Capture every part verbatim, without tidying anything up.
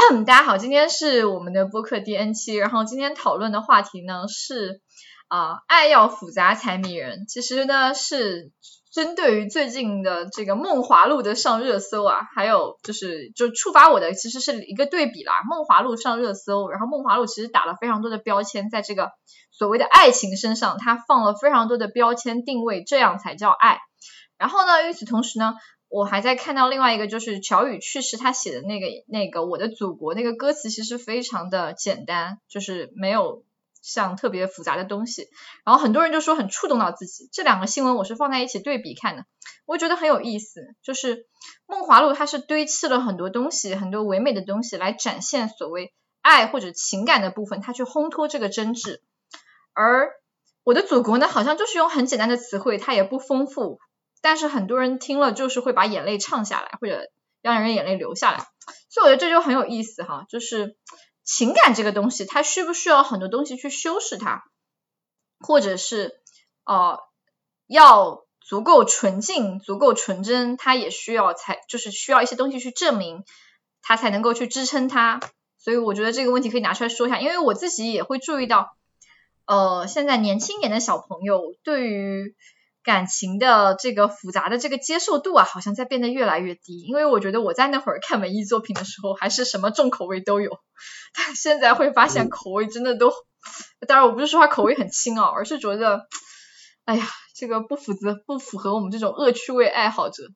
大家好，今天是我们的播客第 N 期，然后今天讨论的话题呢是啊、呃，爱要复杂才迷人。其实呢是针对于最近的这个梦华录的上热搜啊，还有就是就触发我的其实是一个对比啦。梦华录上热搜，然后梦华录其实打了非常多的标签在这个所谓的爱情身上，它放了非常多的标签定位，这样才叫爱。然后呢，与此同时呢，我还在看到另外一个，就是乔羽去世他写的那个那个我的祖国，那个歌词其实非常的简单，就是没有像特别复杂的东西，然后很多人就说很触动到自己。这两个新闻我是放在一起对比看的，我觉得很有意思。就是梦华录它是堆砌了很多东西，很多唯美的东西来展现所谓爱或者情感的部分，它去烘托这个真挚。而我的祖国呢，好像就是用很简单的词汇，它也不丰富，但是很多人听了就是会把眼泪唱下来，或者让人眼泪流下来。所以我觉得这就很有意思哈，就是情感这个东西，它需不需要很多东西去修饰它，或者是呃要足够纯净、足够纯真，它也需要才就是需要一些东西去证明，它才能够去支撑它。所以我觉得这个问题可以拿出来说一下，因为我自己也会注意到，呃，现在年轻一点的小朋友对于感情的这个复杂的这个接受度啊，好像在变得越来越低。因为我觉得我在那会儿看文艺作品的时候，还是什么重口味都有，但现在会发现口味真的都，当然我不是说它口味很轻啊，而是觉得，哎呀，这个不符合不符合我们这种恶趣味爱好者。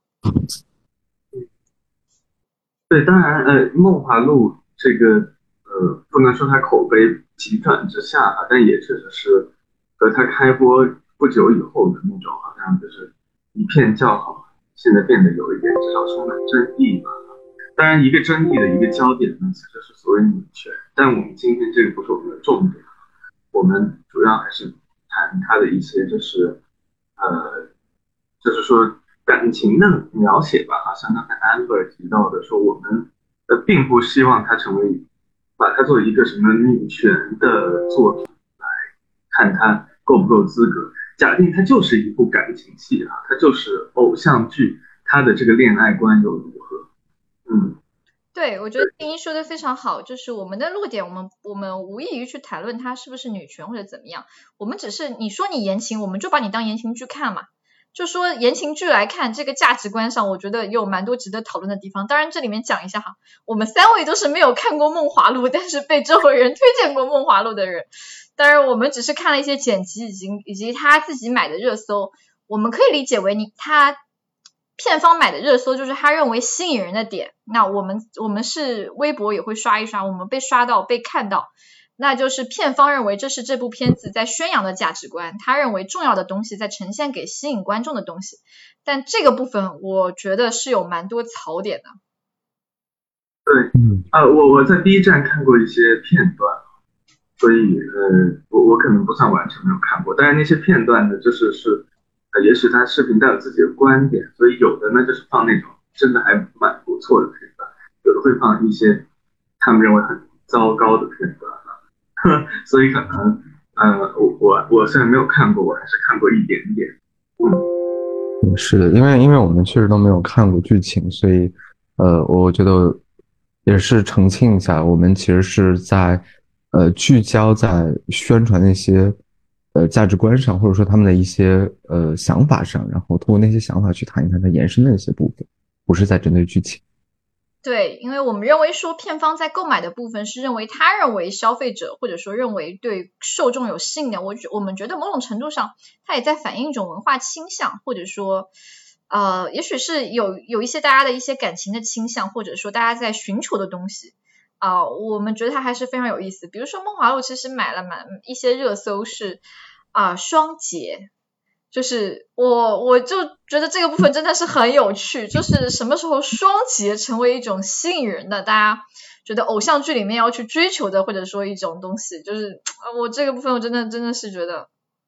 对，当然，呃，梦华录这个，呃，不能说它口碑急转直下吧，但也确实是和它开播不久以后的那种，好像就是一片叫好，现在变得有一点至少充满争议吧。当然，一个争议的一个焦点呢，其实是所谓女权，但我们今天这个不是我们的重点，我们主要还是谈它的一些就是，呃，就是说感情的描写吧。好像刚才 Amber 提到的，说我们呃并不希望它成为把它作为一个什么女权的作品来看它够不够资格。假定它就是一部感情戏啊，它就是偶像剧，它的这个恋爱观又如何？嗯， 对，我觉得丁一说的非常好，就是我们的落点，我们我们无异于去谈论它是不是女权或者怎么样，我们只是你说你言情，我们就把你当言情剧看嘛。就说言情剧来看，这个价值观上，我觉得有蛮多值得讨论的地方。当然，这里面讲一下哈，我们三位都是没有看过《梦华录》，但是被周围人推荐过《梦华录》的人。当然，我们只是看了一些剪辑，以及以及他自己买的热搜，我们可以理解为你他片方买的热搜就是他认为吸引人的点。那我们我们是微博也会刷一刷，我们被刷到被看到。那就是片方认为这是这部片子在宣扬的价值观，他认为重要的东西在呈现给吸引观众的东西，但这个部分我觉得是有蛮多槽点的。 对，呃，我我在 B 站看过一些片段，所以呃，我我可能不算完全没有看过，但是那些片段呢，就是是，呃，也许他视频带有自己的观点，所以有的呢就是放那种真的还蛮不错的片段，有的会放一些他们认为很糟糕的片段。所以可能，呃，我我我虽然没有看过，我还是看过一点点。 嗯，是的，因为因为我们确实都没有看过剧情，所以，呃，我觉得也是澄清一下，我们其实是在呃聚焦在宣传那些呃价值观上，或者说他们的一些呃想法上，然后通过那些想法去谈一谈它延伸的一些部分，不是在针对剧情。 对，因为我们认为说片方在购买的部分是认为他认为消费者或者说认为对受众有吸引的，我我们觉得某种程度上它也在反映一种文化倾向，或者说呃，也许是有有一些大家的一些感情的倾向，或者说大家在寻求的东西啊、呃，我们觉得它还是非常有意思。比如说梦华录其实买了蛮一些热搜是啊、呃、双节。就是我我就觉得这个部分真的是很有趣，就是什么时候双节成为一种吸引人的，大家觉得偶像剧里面要去追求的，或者说一种东西，就是我这个部分我真的真的是觉得，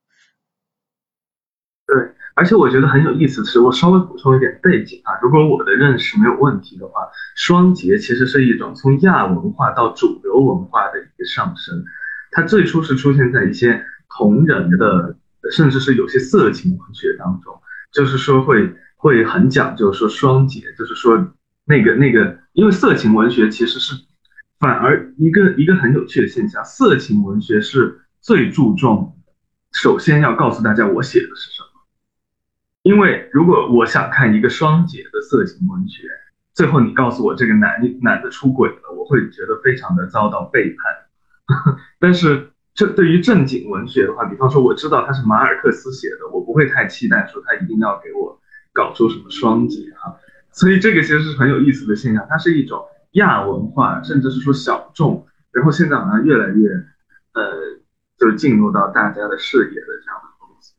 对，而且我觉得很有意思的是，我稍微补充一点背景啊，如果我的认识没有问题的话，双节其实是一种从亚文化到主流文化的一个上升，它最初是出现在一些同人的。甚至是有些色情文学当中，就是说会会很讲究说双节，就是说那个那个，因为色情文学其实是反而一个一个很有趣的现象，色情文学是最注重，首先要告诉大家我写的是什么。因为如果我想看一个双节的色情文学，最后你告诉我这个男男的出轨了，我会觉得非常的遭到背叛。但是这对于正经文学的话，比方说我知道他是马尔克斯写的，我不会太期待说他一定要给我搞出什么双节哈。所以这个其实是很有意思的现象，它是一种亚文化，甚至是说小众，然后现在好像越来越呃，就进入到大家的视野的这样的东西。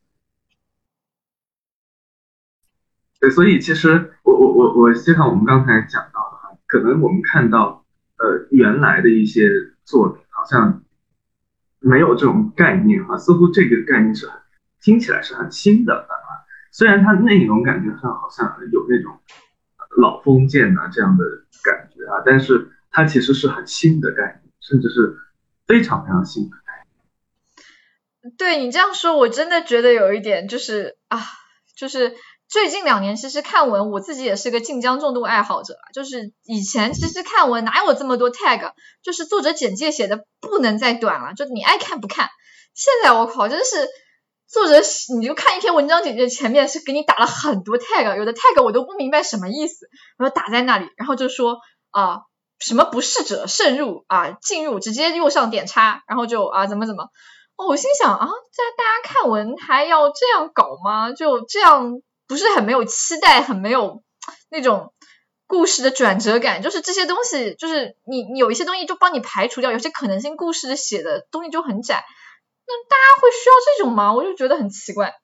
对，所以其实我我我我就像我们刚才讲到的哈，可能我们看到呃原来的一些作品好像没有这种概念啊，似乎这个概念是很听起来是很新的啊，虽然它内容感觉上好像有那种老封建啊这样的感觉啊，但是它其实是很新的概念，甚至是非常非常新的概念。对，你这样说，我真的觉得有一点就是啊，就是最近两年其实看文，我自己也是个晋江重度爱好者，就是以前其实看文哪有这么多 tag， 就是作者简介写的不能再短了，就你爱看不看。现在我靠，真是作者你就看一篇文章简介前面是给你打了很多 tag， 有的 tag 我都不明白什么意思，然后打在那里，然后就说啊什么不适者慎入啊进入，直接右上点叉，然后就啊怎么怎么。哦，我心想啊，这大家看文还要这样搞吗？就这样不是很没有期待，很没有那种故事的转折感。就是这些东西，就是你你有一些东西就帮你排除掉，有些可能性故事的写的东西就很窄。那大家会需要这种吗？我就觉得很奇怪。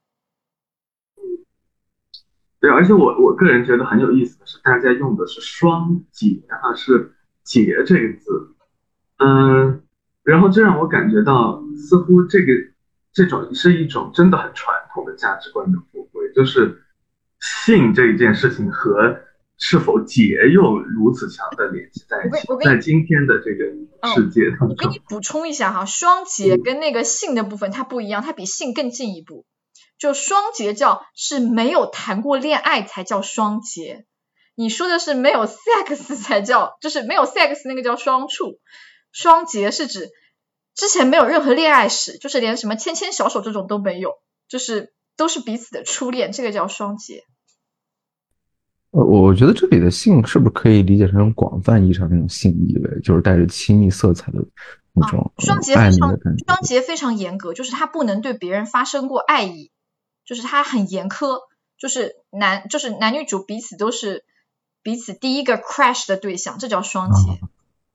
对，而且我我个人觉得很有意思的是，大家用的是双节啊，是节这个字，嗯。然后这让我感觉到，似乎这个这种是一种真的很传统的价值观的复归，就是性这一件事情和是否节又如此强的联系在一起。在今天的这个世界当中， 我给你补充一下哈，双节跟那个性的部分它不一样，它比性更进一步。就双节叫是没有谈过恋爱才叫双节，你说的是没有 sex 才叫，就是没有 sex 那个叫双处。双节是指之前没有任何恋爱史，就是连什么牵牵小手这种都没有，就是都是彼此的初恋，这个叫双节。 呃，我觉得这里的性是不是可以理解成广泛意义上那种性意味，就是带着亲密色彩的那种、 啊、双节非常双节非常严格，就是他不能对别人发生过爱意，就是他很严苛，就是男就是男女主彼此都是彼此第一个 crash 的对象，这叫双节。啊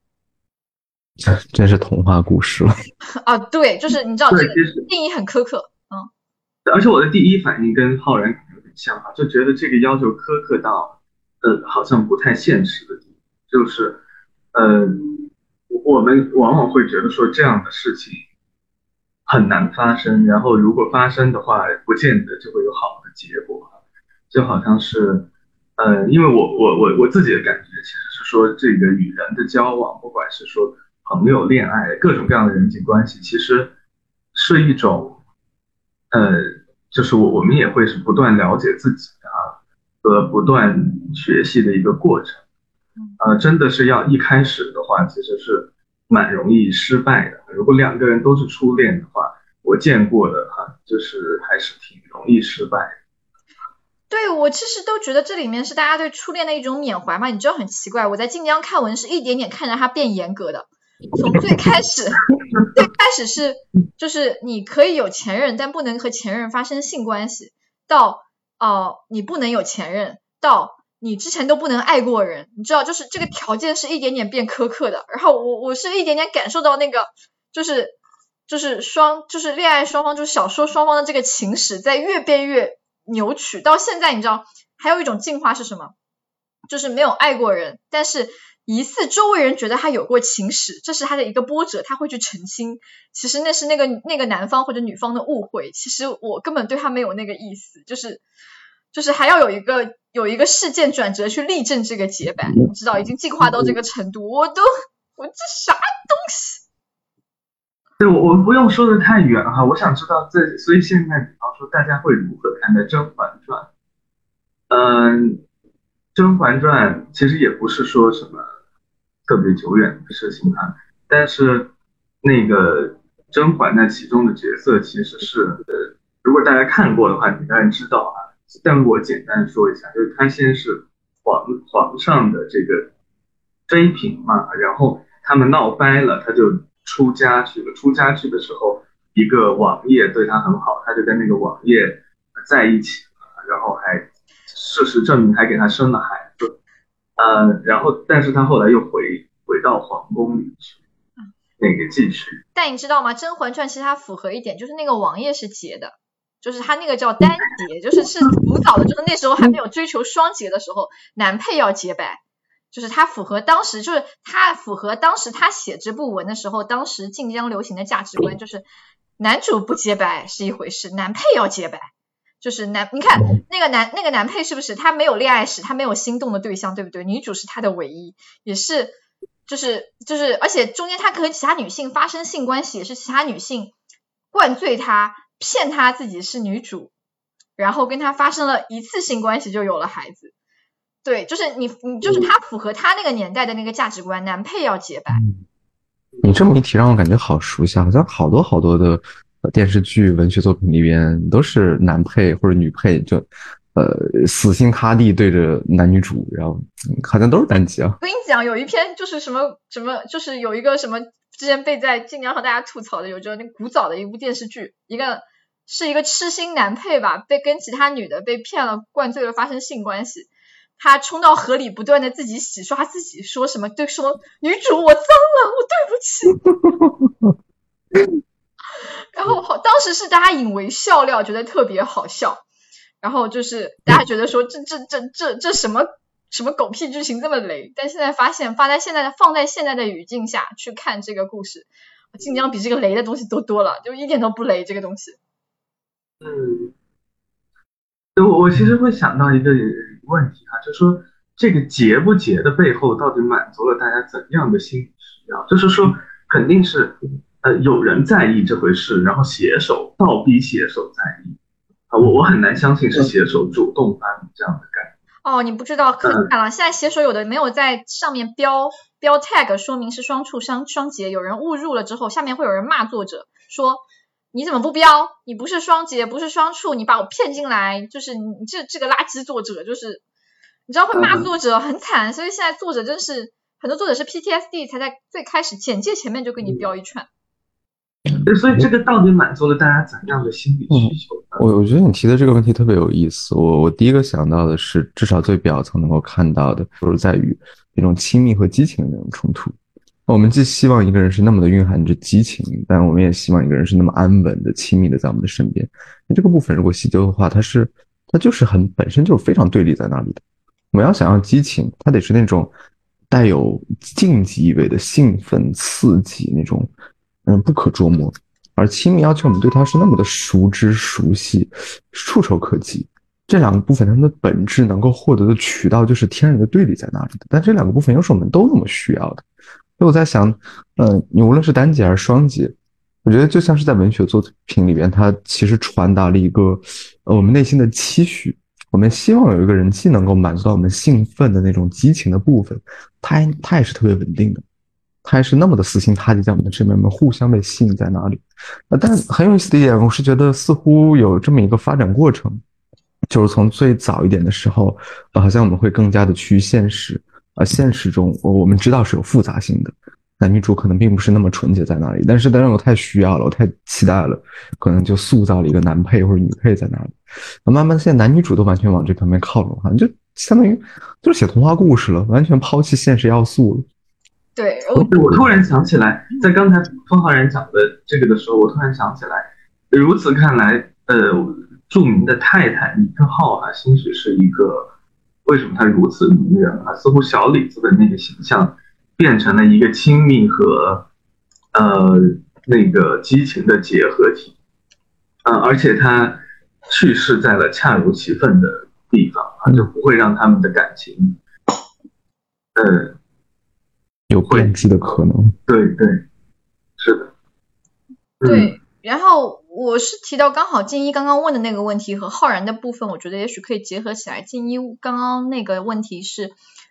真是童话故事了啊！对，就是你知道这个定义很苛刻，嗯。 而且我的第一反应跟浩然有点像啊，就觉得这个要求苛刻到，呃，好像不太现实的地步，就是，呃，我们往往会觉得说这样的事情很难发生，然后如果发生的话，不见得就会有好的结果，就好像是，呃，因为我我我我自己的感觉其实是说，这个与人的交往，不管是说朋友、恋爱，各种各样的人际关系，其实是一种，呃，就是我我们也会是不断了解自己啊，和不断学习的一个过程。呃，真的是要一开始的话，其实是蛮容易失败的。如果两个人都是初恋的话，我见过的哈，就是还是挺容易失败的。 对，我其实都觉得这里面是大家对初恋的一种缅怀嘛。你知道很奇怪，我在晋江看文是一点点看着它变严格的。从最开始，最开始是就是你可以有前任，但不能和前任发生性关系，到哦、呃、你不能有前任，到你之前都不能爱过人，你知道，就是这个条件是一点点变苛刻的。然后我我是一点点感受到那个就是就是双就是恋爱双方就是小说双方的这个情史在越变越扭曲。到现在你知道还有一种进化是什么？就是没有爱过人，但是疑似周围人觉得他有过情史，这是他的一个波折，他会去澄清，其实那是那个那个男方或者女方的误会，其实我根本对他没有那个意思，就是就是还要有一个有一个事件转折去例证这个结版，你知道已经进化到这个程度，我都我这啥东西？ 对，我我不用说的太远哈，我想知道这，所以现在比方说大家会如何看待《甄嬛传》？嗯，《甄嬛传》其实也不是说什么特别久远的事情啊。但是那个甄嬛在其中的角色其实是，呃，如果大家看过的话，你当然知道啊。但我简单说一下，就是她先是皇皇上的这个妃嫔嘛，然后他们闹掰了，她就出家去了。出家去的时候，一个王爷对她很好，她就跟那个王爷在一起了，然后还事实证明还给她生了孩子。呃，然后但是她后来又回回到皇宫里去，那个继续。 但你知道吗？《甄嬛传》其实它符合一点，就是那个王爷是结的，就是他那个叫单结，就是是古早的，就是那时候还没有追求双结的时候，男配要结拜，就是他符合当时，就是他符合当时他写这部文的时候，当时晋江流行的价值观，就是男主不结拜是一回事，男配要结拜。就是男，你看那个男那个男配是不是他没有恋爱史，他没有心动的对象，对不对？女主是他的唯一，也是就是就是，而且中间他和其他女性发生性关系，也是其他女性灌醉他，骗他自己是女主，然后跟他发生了一次性关系就有了孩子。对，就是你你就是他符合他那个年代的那个价值观，男配要结拜。 嗯，你这么一提让我感觉好熟悉，好像好多好多的电视剧文学作品里边都是男配或者女配就呃死心塌地对着男女主，然后好像都是单集啊。 我跟你讲，有一篇就是什么什么，就是有一个什么之前被在晋江上大家吐槽的，有着那古早的一部电视剧，一个是一个痴心男配吧，被跟其他女的被骗了，灌醉了，发生性关系。他冲到河里不断的自己洗刷自己，说什么对说女主我脏了，我对不起。然后当时是大家引为笑料，觉得特别好笑。然后就是大家觉得说这这这这这什么什么狗屁剧情这么雷，但现在发现放在现在的放在现在的语境下去看这个故事，晋江比这个雷的东西都多了，就一点都不雷这个东西。 嗯，我我其实会想到一个问题哈，就是说这个结不结的背后到底满足了大家怎样的心理需要？就是说肯定是呃有人在意这回事，然后写手倒逼写手在意啊，我我很难相信是写手主动发明这样的概念。 哦，你不知道，可惨了！现在写手有的没有在上面标标 tag 说明是双处双双结，有人误入了之后，下面会有人骂作者说你怎么不标？你不是双结，不是双处，你把我骗进来，就是你这这个垃圾作者，就是你知道会骂作者很惨，所以现在作者真是很多作者是 P T S D 才在最开始简介前面就给你标一串。 所以这个到底满足了大家怎样的心理需求呢？ 嗯、我我觉得你提的这个问题特别有意思。我我第一个想到的是，至少最表层能够看到的，就是在于一种亲密和激情的那种冲突。我们既希望一个人是那么的蕴含着激情，但我们也希望一个人是那么安稳的、亲密的在我们的身边。这个部分如果细究的话，它是它就是很本身就是非常对立在那里的。我们要想要激情，它得是那种带有竞技意味的兴奋、刺激那种，嗯，不可捉摸。而亲密要求我们对它是那么的熟知、熟悉、触手可及。这两个部分它们的本质能够获得的渠道就是天然的对立在那里的，但这两个部分又是我们都那么需要的。所以我在想，呃，你无论是单节还是双节，我觉得就像是在文学作品里边，它其实传达了一个，呃，我们内心的期许。我们希望有一个人既能够满足到我们兴奋的那种激情的部分，他他也是特别稳定的，他也是那么的死心塌地在我们的身边，我们互相被吸引在那里。呃，但很有意思的一点，我是觉得似乎有这么一个发展过程，就是从最早一点的时候，呃、好像我们会更加的趋于现实。呃，现实中我们知道是有复杂性的，男女主可能并不是那么纯洁在那里，但是但是我太需要了，我太期待了，可能就塑造了一个男配或者女配在那里。慢慢现在男女主都完全往这方面靠拢，好像就相当于就是写童话故事了，完全抛弃现实要素了。 对， 我我突然想起来，在刚才封浩然讲的这个的时候，我突然想起来，如此看来，呃，著名的太太尼克浩啊，兴许是一个。为什么他如此迷人啊？似乎小李子的那个形象变成了一个亲密和呃那个激情的结合体，呃，而且他去世在了恰如其分的地方啊，就不会让他们的感情呃有变质的可能。 对对，是的， 嗯、对。然后我是提到刚好静一刚刚问的那个问题和浩然的部分，我觉得也许可以结合起来。静一刚刚那个问题是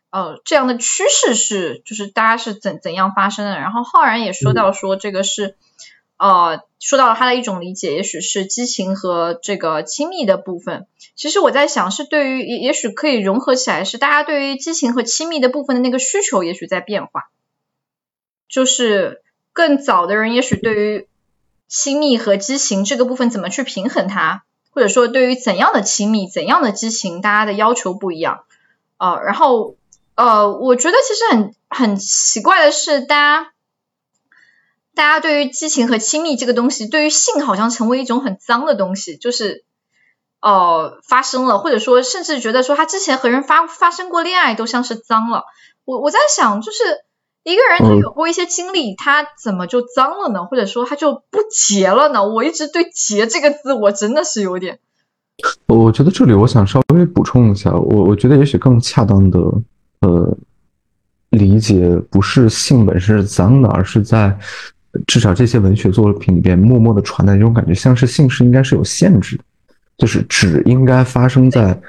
呃这样的趋势是就是大家是怎怎样发生的。然后浩然也说到说这个是、嗯、呃说到了他的一种理解，也许是激情和这个亲密的部分。其实我在想是对于也也许可以融合起来，是大家对于激情和亲密的部分的那个需求也许在变化，就是更早的人也许对于亲密和激情这个部分怎么去平衡它，或者说对于怎样的亲密怎样的激情大家的要求不一样。呃然后呃我觉得其实很很奇怪的是大家大家对于激情和亲密这个东西，对于性好像成为一种很脏的东西，就是呃发生了，或者说甚至觉得说他之前和人发发生过恋爱都像是脏了。我我在想就是一个人他有过一些经历、嗯、他怎么就脏了呢？或者说他就不洁了呢？我一直对洁这个字我真的是有点， 我觉得这里我想稍微补充一下，我我觉得也许更恰当的呃理解不是性本身是脏的，而是在至少这些文学作品里边默默的传达一种感觉，像是性是应该是有限制的，就是只应该发生在，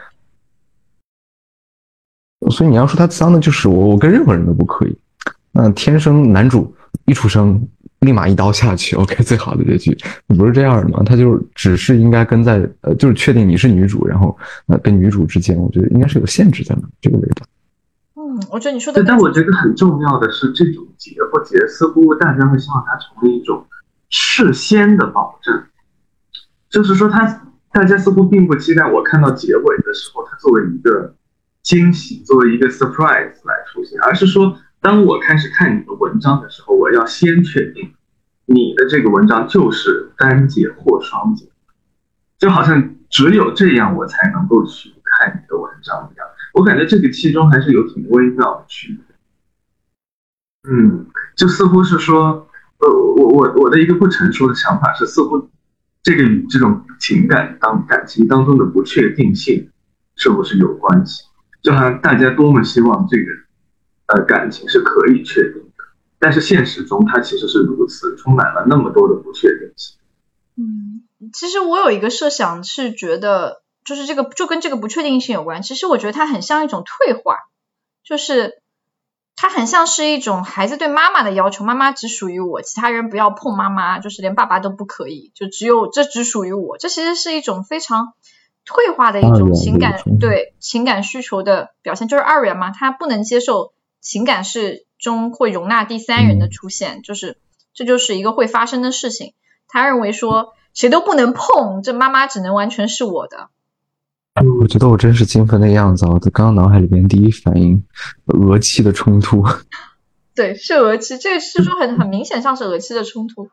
所以你要说他脏的，就是我我跟任何人都不可以。那天生男主一出生立马一刀下去 ，OK 最好的结局，你不是这样的吗？他就只是应该跟在呃，就是确定你是女主，然后呃跟女主之间，我觉得应该是有限制在那这个味道。 嗯，我觉得你说的， 但我觉得很重要的是，这种结或结似乎大家会希望它成为一种事先的保证，就是说他大家似乎并不期待我看到结尾的时候，它作为一个惊喜，作为一个 surprise 来出现，而是说当我开始看你的文章的时候，我要先确定你的这个文章就是单节或双节，就好像只有这样我才能够去看你的文章一样。我感觉这个其中还是有挺微妙的区别。嗯，就似乎是说，呃，我我我的一个不成熟的想法是，似乎这个与这种情感当感情当中的不确定性是不是有关系？就好像大家多么希望这个呃感情是可以确定的，但是现实中它其实是如此，充满了那么多的不确定性。 嗯，其实我有一个设想是觉得。就是这个就跟这个不确定性有关，其实我觉得它很像一种退化，就是它很像是一种孩子对妈妈的要求，妈妈只属于我，其他人不要碰妈妈，就是连爸爸都不可以，就只有这只属于我，这其实是一种非常退化的一种情感，对情感需求的表现，就是二元嘛，他不能接受情感是中会容纳第三人的出现，就是这就是一个会发生的事情，他认为说谁都不能碰，这妈妈只能完全是我的。 我觉得我真是精分的样子，我刚刚脑海里边第一反应，俄气的冲突。 对，是俄气，这个是说很很明显像是俄气的冲突。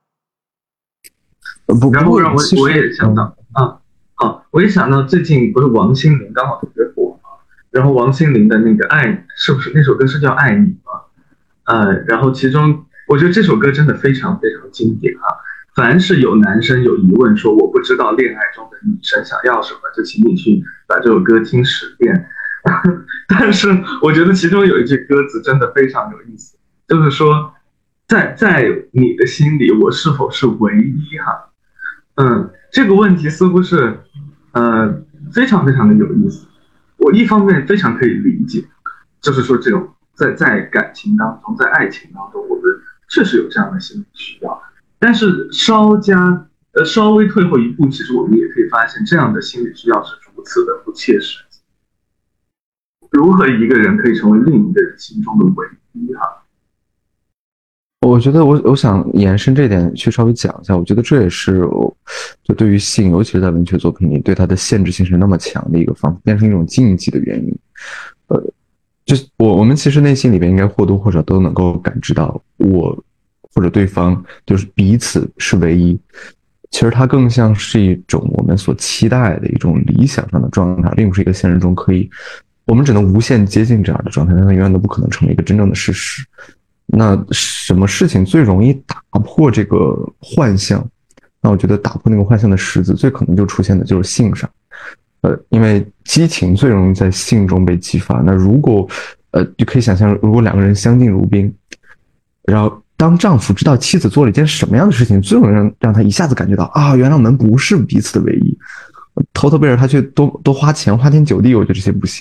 不， 然后让我我也想到、嗯、啊，好，我也想到最近不是王心凌刚好特别火嘛，然后王心凌的那个爱，是不是那首歌是叫《爱你》吗？呃，然后其中我觉得这首歌真的非常非常经典啊。凡是有男生有疑问说我不知道恋爱中的女生想要什么，就请你去把这首歌听十遍。但是我觉得其中有一句歌词真的非常有意思，就是说在在你的心里我是否是唯一哈？嗯，这个问题似乎是呃非常非常的有意思。我一方面非常可以理解，就是说这种在在感情当中，在爱情当中，我们确实有这样的心理需要。但是稍加呃稍微退后一步，其实我们也可以发现，这样的心理需要是如此的不切实际。如何一个人可以成为另一个人心中的唯一哈？ 我觉得我我想延伸这点去稍微讲一下，我觉得这也是我就对于性，尤其是在文学作品里，对它的限制性是那么强的一个方法，变成一种禁忌的原因。呃，就我我们其实内心里边应该或多或少都能够感知到我。或者对方就是彼此是唯一，其实它更像是一种我们所期待的一种理想上的状态，并不是一个现实中可以，我们只能无限接近这样的状态，但它永远都不可能成为一个真正的事实。那什么事情最容易打破这个幻象？那我觉得打破那个幻象的石子，最可能就出现的就是性上。呃，因为激情最容易在性中被激发。那如果呃，就可以想象，如果两个人相敬如宾，然后当丈夫知道妻子做了一件什么样的事情，最容易让让他一下子感觉到啊，原来我们不是彼此的唯一，偷偷背着他去多多花钱花天酒地，我觉得这些不行。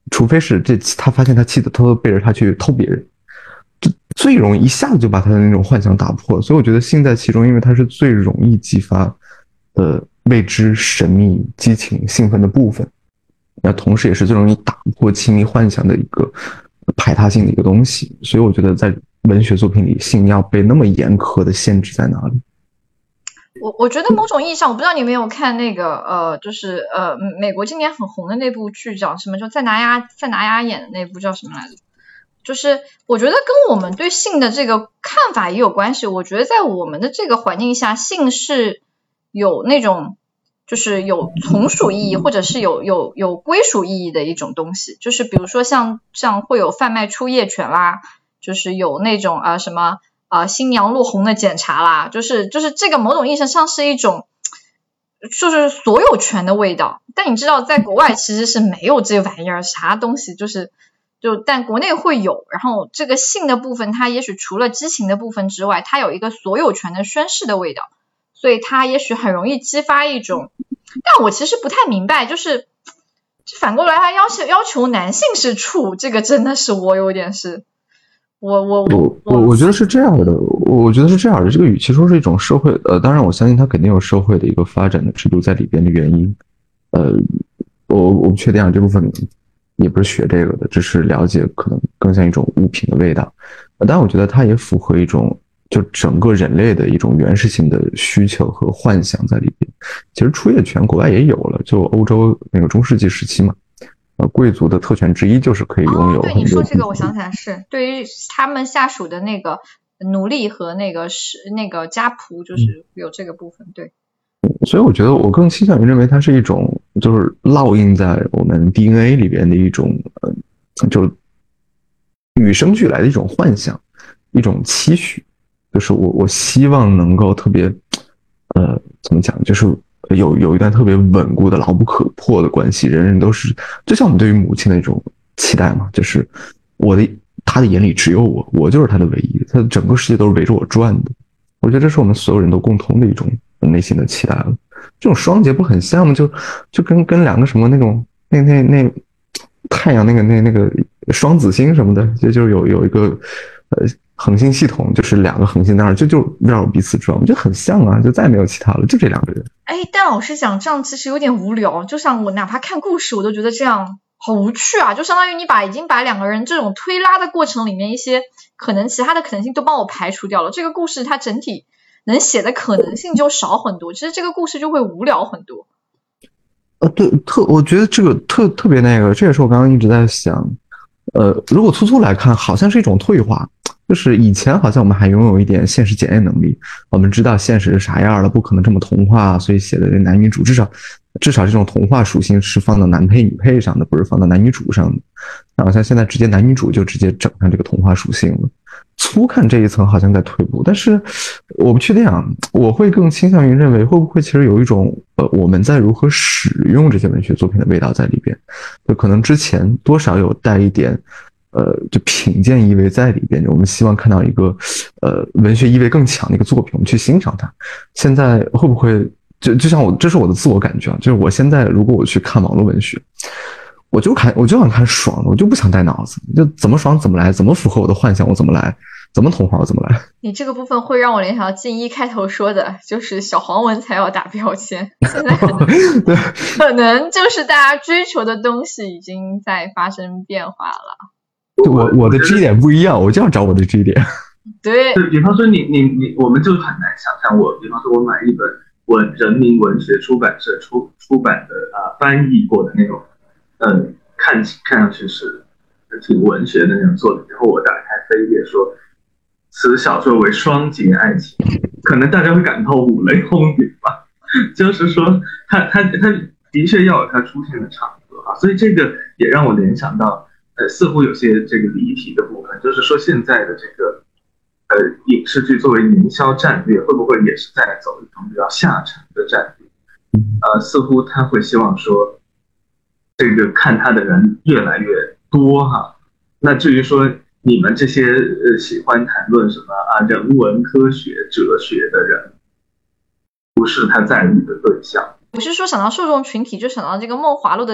除非是这他发现他妻子偷偷背着他去偷别人，这最容易一下子就把他的那种幻想打破。所以我觉得性在其中，因为它是最容易激发的未知、神秘、激情、兴奋的部分，那同时也是最容易打破亲密幻想的一个排他性的一个东西。所以我觉得在文学作品里，性要被那么严苛的限制在哪里？ 我我觉得某种意义上，我不知道你有没有看那个呃，就是呃，美国今年很红的那部剧叫什么？就在拿牙在拿牙演的那部叫什么来着？就是我觉得跟我们对性的这个看法也有关系。我觉得在我们的这个环境下，性是有那种就是有从属意义，或者是有有有归属意义的一种东西。就是比如说像像会有贩卖出夜权啦，就是有那种啊、呃、什么。啊，新娘落红的检查啦，就是就是这个某种意义上是一种，就是所有权的味道。但你知道，在国外其实是没有这玩意儿，啥东西就是就，但国内会有。然后这个性的部分，它也许除了激情的部分之外，它有一个所有权的宣誓的味道，所以它也许很容易激发一种。但我其实不太明白，就是反过来，他要求要求男性是处，这个真的是我有点是。我我我我我觉得是这样的，我觉得是这样的。这个与其说是一种社会，呃，当然我相信它肯定有社会的一个发展的制度在里边的原因。呃，我我不确定啊，这部分也不是学这个的，只是了解，可能更像一种物品的味道。呃、但我觉得它也符合一种就整个人类的一种原始性的需求和幻想在里边。其实出夜权国外也有了，就欧洲那个中世纪时期嘛。呃，贵族的特权之一就是可以拥有很多。 哦，对你说这个，我想起来是对于他们下属的那个奴隶和那个是那个家仆，就是有这个部分。对， 所以我觉得我更倾向于认为它是一种就是烙印在我们 D N A 里边的一种呃，就与生俱来的一种幻想，一种期许，就是我我希望能够特别呃怎么讲，就是。有有一段特别稳固的牢不可破的关系，人人都是就像我们对于母亲的一种期待嘛，就是我的他的眼里只有我，我就是他的唯一，他的整个世界都是围着我转的。我觉得这是我们所有人都共同的一种内心的期待了。这种双节不很像吗？就就跟跟两个什么那种那那那太阳那个那那个双子星什么的，就就有有一个呃。恒星系统就是两个恒星在那儿就就围绕彼此转，就很像啊，就再也没有其他了，就这两个人。 哎，但老实讲，这样其实有点无聊。就像我哪怕看故事，我都觉得这样好无趣啊！就相当于你把已经把两个人这种推拉的过程里面一些可能其他的可能性都帮我排除掉了，这个故事它整体能写的可能性就少很多，其实这个故事就会无聊很多。 呃，对，特我觉得这个特特别那个，这也是我刚刚一直在想。呃，如果粗粗来看，好像是一种退化。就是以前好像我们还拥有一点现实检验能力，我们知道现实是啥样了，不可能这么童话，所以写的男女主至少至少这种童话属性是放到男配女配上的，不是放到男女主上的。好像现在直接男女主就直接整上这个童话属性了。粗看这一层好像在退步，但是我不确定啊，我会更倾向于认为会不会其实有一种呃我们在如何使用这些文学作品的味道在里边，就可能之前多少有带一点。呃，就品鉴意味在里边，我们希望看到一个，呃，文学意味更强的一个作品，我们去欣赏它。现在会不会就就像我，这是我的自我感觉啊，就是我现在如果我去看网络文学，我就看我就想看爽的，我就不想带脑子，就怎么爽怎么来，怎么符合我的幻想我怎么来，怎么童话我怎么来。 你这个部分会让我联想到静一开头说的，就是小黄文才要打标签，现在可能对， 可能就是大家追求的东西已经在发生变化了。 我我的 G 点不一样，我就要找我的 G 点。 对， 就比方说你你你，我们就很难想象我，比方说我买一本文人民文学出版社出出版的啊、呃、翻译过的那种，嗯、呃，看看上去是挺文学的那种作品，然后我打开扉页说此小说为双节爱情，可能大家会感到五雷轰顶吧。就是说它它它的确要有它出现的场合啊，所以这个也让我联想到。呃，似乎有些这个离题的部分，就是说现在的这个呃影视剧作为营销战略，会不会也是在走一种比较下沉的战略？呃，似乎他会希望说，这个看他的人越来越多哈。那至于说你们这些呃喜欢谈论什么啊人文科学、哲学的人，不是他在意的对象。 不是说想到受众群体就想到这个梦华录的。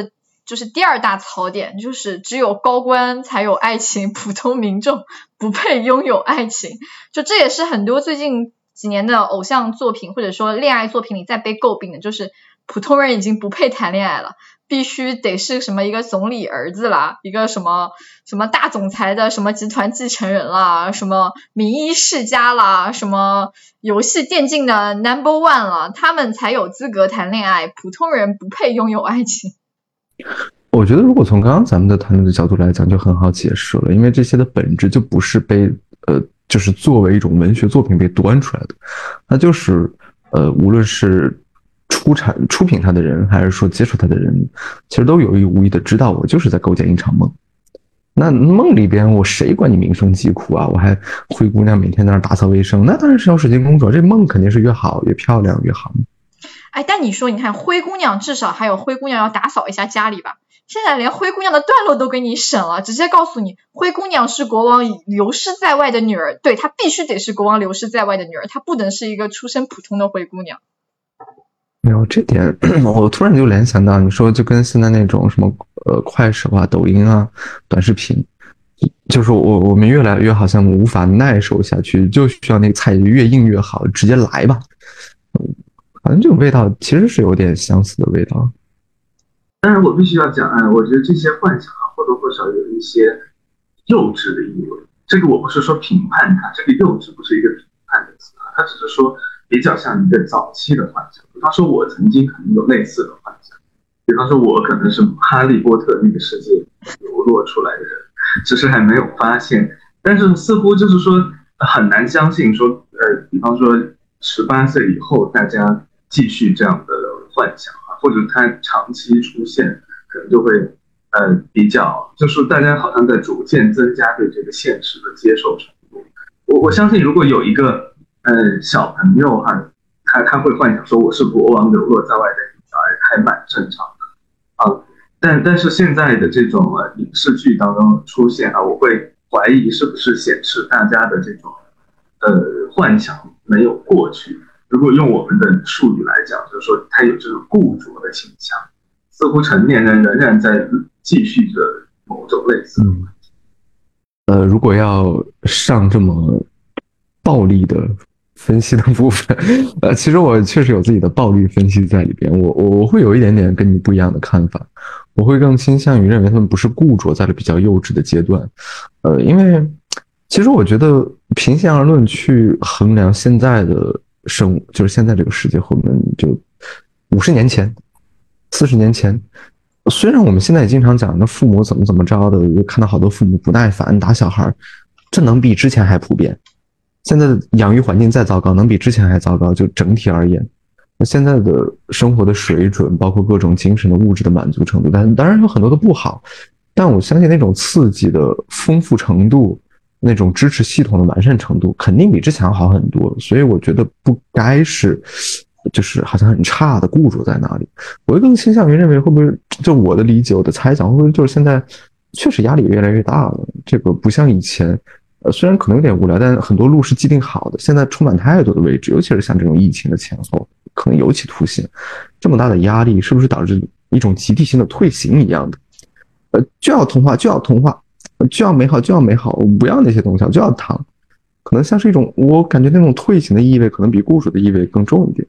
就是第二大槽点，就是只有高官才有爱情，普通民众不配拥有爱情。就这也是很多最近几年的偶像作品或者说恋爱作品里在被诟病的，就是普通人已经不配谈恋爱了，必须得是什么一个总理儿子啦，一个什么什么大总裁的什么集团继承人啦，什么名医世家啦，什么游戏电竞的 number one 了，他们才有资格谈恋爱，普通人不配拥有爱情。 我觉得如果从刚刚咱们的谈论的角度来讲就很好解释了，因为这些的本质就不是被呃就是作为一种文学作品被端出来的，那就是呃无论是出产出品它的人还是说接触它的人，其实都有意无意的知道我就是在构建一场梦。那梦里边我谁管你民生疾苦啊，我还灰姑娘每天在那打扫卫生，那当然是要水晶公主，这梦肯定是越好越漂亮越好。 哎，但你说你看灰姑娘至少还有灰姑娘要打扫一下家里吧，现在连灰姑娘的段落都给你省了，直接告诉你灰姑娘是国王流失在外的女儿，对，她必须得是国王流失在外的女儿，她不能是一个出身普通的灰姑娘。 没有这点我突然就联想到你说就跟现在那种什么呃快手啊抖音啊短视频，就是我我们越来越好像无法耐受下去，就需要那个菜越硬越好，直接来吧，好像这种味道其实是有点相似的味道。 当然我必须要讲啊，我觉得这些幻想啊或多或少有一些幼稚的意味，这个我不是说评判它，这个幼稚不是一个评判的词啊，它只是说比较像一个早期的幻想。比方说我曾经可能有类似的幻想，比方说我可能是哈利波特那个世界流落出来的人，只是还没有发现，但是似乎就是说很难相信说呃，比方说十八岁以后大家继续这样的幻想啊，或者它长期出现可能就会呃比较就是大家好像在逐渐增加对这个现实的接受程度。我我相信如果有一个呃小朋友哈、啊，他他会幻想说我是国王流落在外的小孩，还蛮正常的啊。但但是现在的这种呃影视剧当中出现啊，我会怀疑是不是显示大家的这种呃幻想没有过去。如果用我们的术语来讲，就是说他有这种固着的倾向，似乎成年人仍然在继续着某种类似的问题。 呃，如果要上这么暴力的分析的部分，呃，其实我确实有自己的暴力分析在里边，我我会有一点点跟你不一样的看法，我会更倾向于认为他们不是固着在了比较幼稚的阶段，呃，因为其实我觉得平心而论去衡量现在的生物，就是现在这个世界和我们就五十年前、四十年前，虽然我们现在也经常讲那父母怎么怎么着的，看到好多父母不耐烦打小孩，这能比之前还普遍。现在的养育环境再糟糕，能比之前还糟糕，就整体而言。那现在的生活的水准，包括各种精神的物质的满足程度，但当然有很多的不好，但我相信那种刺激的丰富程度，那种支持系统的完善程度肯定比之前好很多，所以我觉得不该是就是好像很差的固着在那里。我会更倾向于认为会不会就我的理解我的猜想会不会就是现在确实压力越来越大了，这个不像以前呃，虽然可能有点无聊，但很多路是既定好的，现在充满太多的未知，尤其是像这种疫情的前后可能尤其凸显这么大的压力是不是导致一种集体性的退行一样的，呃，就要童话就要童话就要美好就要美好，我不要那些东西就要糖，可能像是一种我感觉那种退行的意味可能比固着的意味更重一点。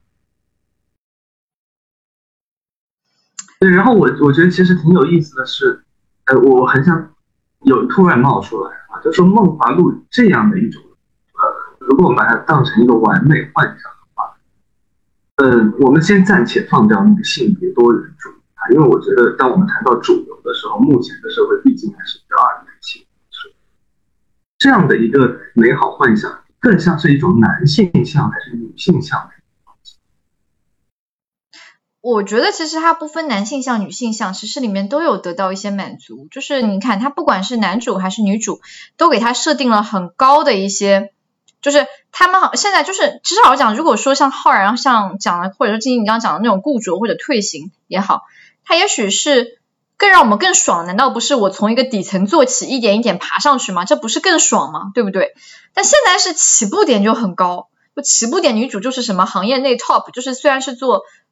对，然后我我觉得其实挺有意思的是呃，我很想有突然冒出来啊，就说梦华录这样的一种呃，如果我们把它当成一个完美幻想的话，呃，我们先暂且放掉那个性别多元主义啊，因为我觉得当我们谈到主流的时候，目前的社会毕竟还是一个二元性社会，这样的一个美好幻想更像是一种男性向还是女性向的。 我觉得其实它不分男性向女性向，其实里面都有得到一些满足，就是你看它不管是男主还是女主都给他设定了很高的一些，就是他们好现在就是至少讲，如果说像浩然像讲的或者说金靖你刚刚讲的那种固着或者退行也好，它也许是更让我们更爽，难道不是我从一个底层做起一点一点爬上去吗？这不是更爽吗？对不对？但现在是起步点就很高，就起步点女主就是什么行业内 top， 就是虽然是做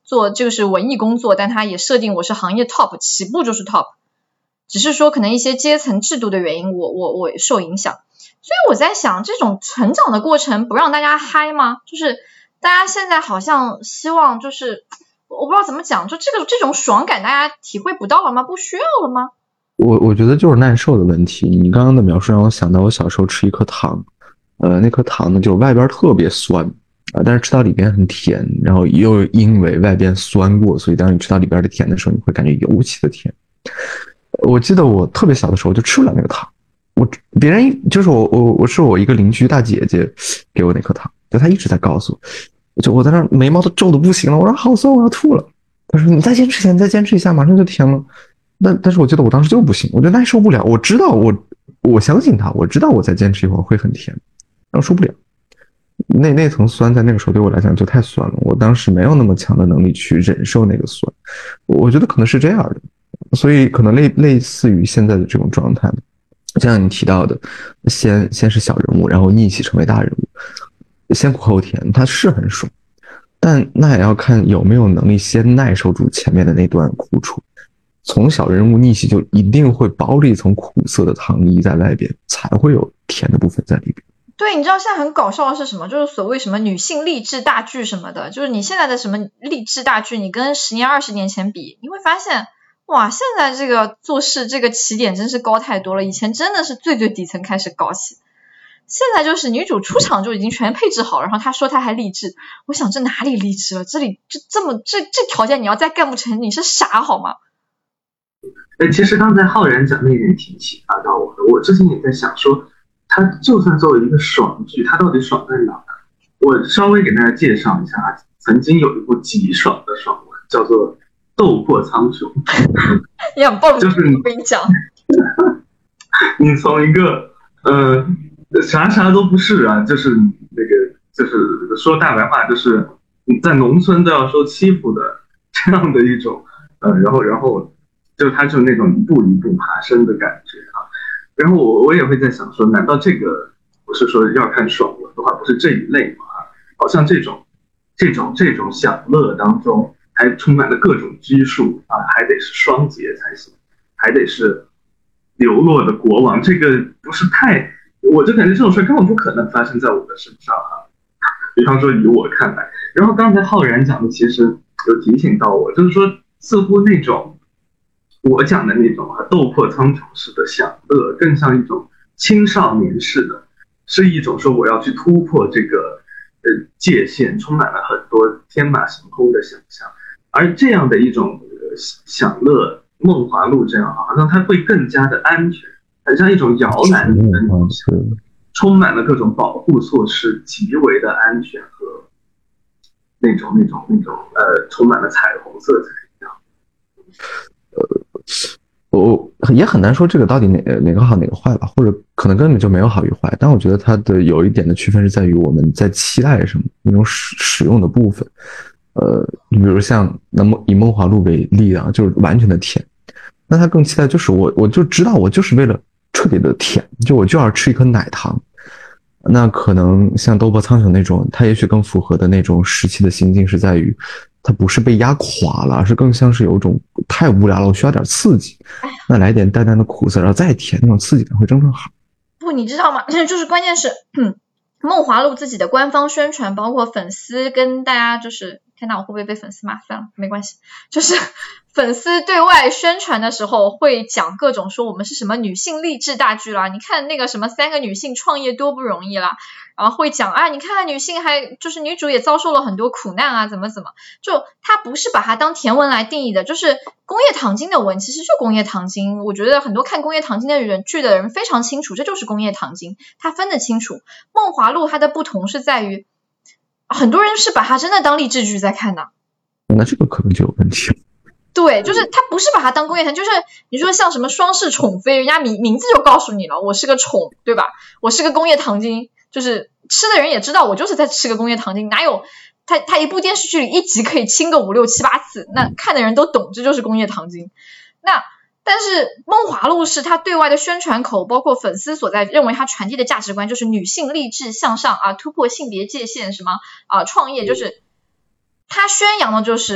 做这个是文艺工作，但他也设定我是行业 top， 起步就是 top， 只是说可能一些阶层制度的原因，我我我受影响。所以我在想，这种成长的过程不让大家嗨吗？就是大家现在好像希望就是我不知道怎么讲，就这个这种爽感大家体会不到了吗？不需要了吗？ 我我觉得就是耐受的问题。你刚刚的描述让我想到我小时候吃一颗糖，呃，那颗糖呢，就外边特别酸啊、呃，但是吃到里边很甜，然后又因为外边酸过，所以当你吃到里边的甜的时候，你会感觉尤其的甜。我记得我特别小的时候就吃不了那个糖，我别人就是我我我是我一个邻居大姐姐给我那颗糖，就她一直在告诉我，就我在那眉毛都皱的不行了，我说好酸，我要吐了。她说你再坚持一下，你再坚持一下，马上就甜了。但但是我记得我当时就是不行，我就耐受不了。我知道我我相信他，我知道我再坚持一会儿会很甜，但我受不了。那那层酸在那个时候对我来讲就太酸了，我当时没有那么强的能力去忍受那个酸。我觉得可能是这样的，所以可能类类似于现在的这种状态，就像你提到的，先先是小人物，然后逆袭成为大人物，先苦后甜，它是很爽，但那也要看有没有能力先耐受住前面的那段苦楚。从小人物逆袭就一定会包着一层苦涩的糖衣在外边，才会有甜的部分在里边。 对，你知道现在很搞笑的是什么？就是所谓什么女性励志大剧什么的，就是你现在的什么励志大剧，你跟十年二十年前比，你会发现哇，现在这个做事这个起点真是高太多了。以前真的是最最底层开始搞起，现在就是女主出场就已经全配置好，然后她说她还励志，我想这哪里励志了？这里这这么这这条件你要再干不成，你是傻好吗？ 哎，其实刚才浩然讲那一点挺启发到我的。我之前也在想说，它就算作为一个爽剧，它到底爽在哪？我稍微给大家介绍一下，曾经有一部极爽的爽文，叫做《斗破苍穹》。 你很棒， 就是我跟你讲， 你从一个呃啥啥都不是啊，就是那个就是说大白话，就是你在农村都要受欺负的这样的一种呃，然后然后。就它就那种一步一步爬升的感觉啊，然后我我也会在想说，难道这个不是说要看爽文的话，不是这一类吗？好像这种这种这种享乐当中还充满了各种拘束啊，还得是双节才行，还得是流落的国王，这个不是太，我就感觉这种事根本不可能发生在我的身上啊。比方说以我看来，然后刚才浩然讲的其实有提醒到我，就是说似乎那种。我讲的那种啊，斗破苍穹式的享乐，更像一种青少年式的，是一种说我要去突破这个呃界限，充满了很多天马行空的想象。而这样的一种、呃、享乐，梦华录这样，好像它会更加的安全，很像一种摇篮里的那种享乐，充满了各种保护措施，极为的安全和那种那种那种呃，充满了彩虹色彩一样。 呃，我也很难说这个到底哪哪个好哪个坏吧，或者可能根本就没有好与坏。但我觉得它的有一点的区分是在于我们在期待什么那种使使用的部分。呃，你比如像那么以梦华录为例啊，就是完全的甜，那他更期待就是我我就知道我就是为了彻底的甜，就我就要吃一颗奶糖。那可能像斗破苍穹那种，它也许更符合的那种时期的心境是在于。它不是被压垮了，而是更像是有一种太无聊了，我需要点刺激，那来点淡淡的苦涩，然后再甜，那种刺激感会真正好。 不，你知道吗？就是关键是，嗯，梦华录自己的官方宣传，包括粉丝跟大家就是，天哪，我会不会被粉丝骂？算了，没关系。就是粉丝对外宣传的时候会讲各种说我们是什么女性励志大剧啦，你看那个什么三个女性创业多不容易啦。然后会讲啊，你看女性还就是女主也遭受了很多苦难啊，怎么怎么，就它不是把它当甜文来定义的，就是工业糖精的文其实就工业糖精。我觉得很多看工业糖精的人剧的人非常清楚，这就是工业糖精，他分得清楚。梦华录它的不同是在于，很多人是把它真的当励志剧在看的， 那这个可能就有问题了。 对，就是他不是把它当工业糖，就是你说像什么双世宠妃，人家名名字就告诉你了，我是个宠，对吧？我是个工业糖精。就是吃的人也知道我就是在吃个工业糖精，哪有他他一部电视剧里一集可以亲个五六七八次，那看的人都懂这就是工业糖精。那但是梦华录是他对外的宣传口，包括粉丝所在认为他传递的价值观就是女性励志向上啊，突破性别界限什么啊，创业，就是他宣扬的就是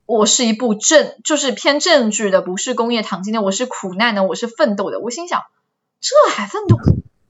我是一部正就是偏正剧的，不是工业糖精的，我是苦难的，我是奋斗的。我心想，这还奋斗？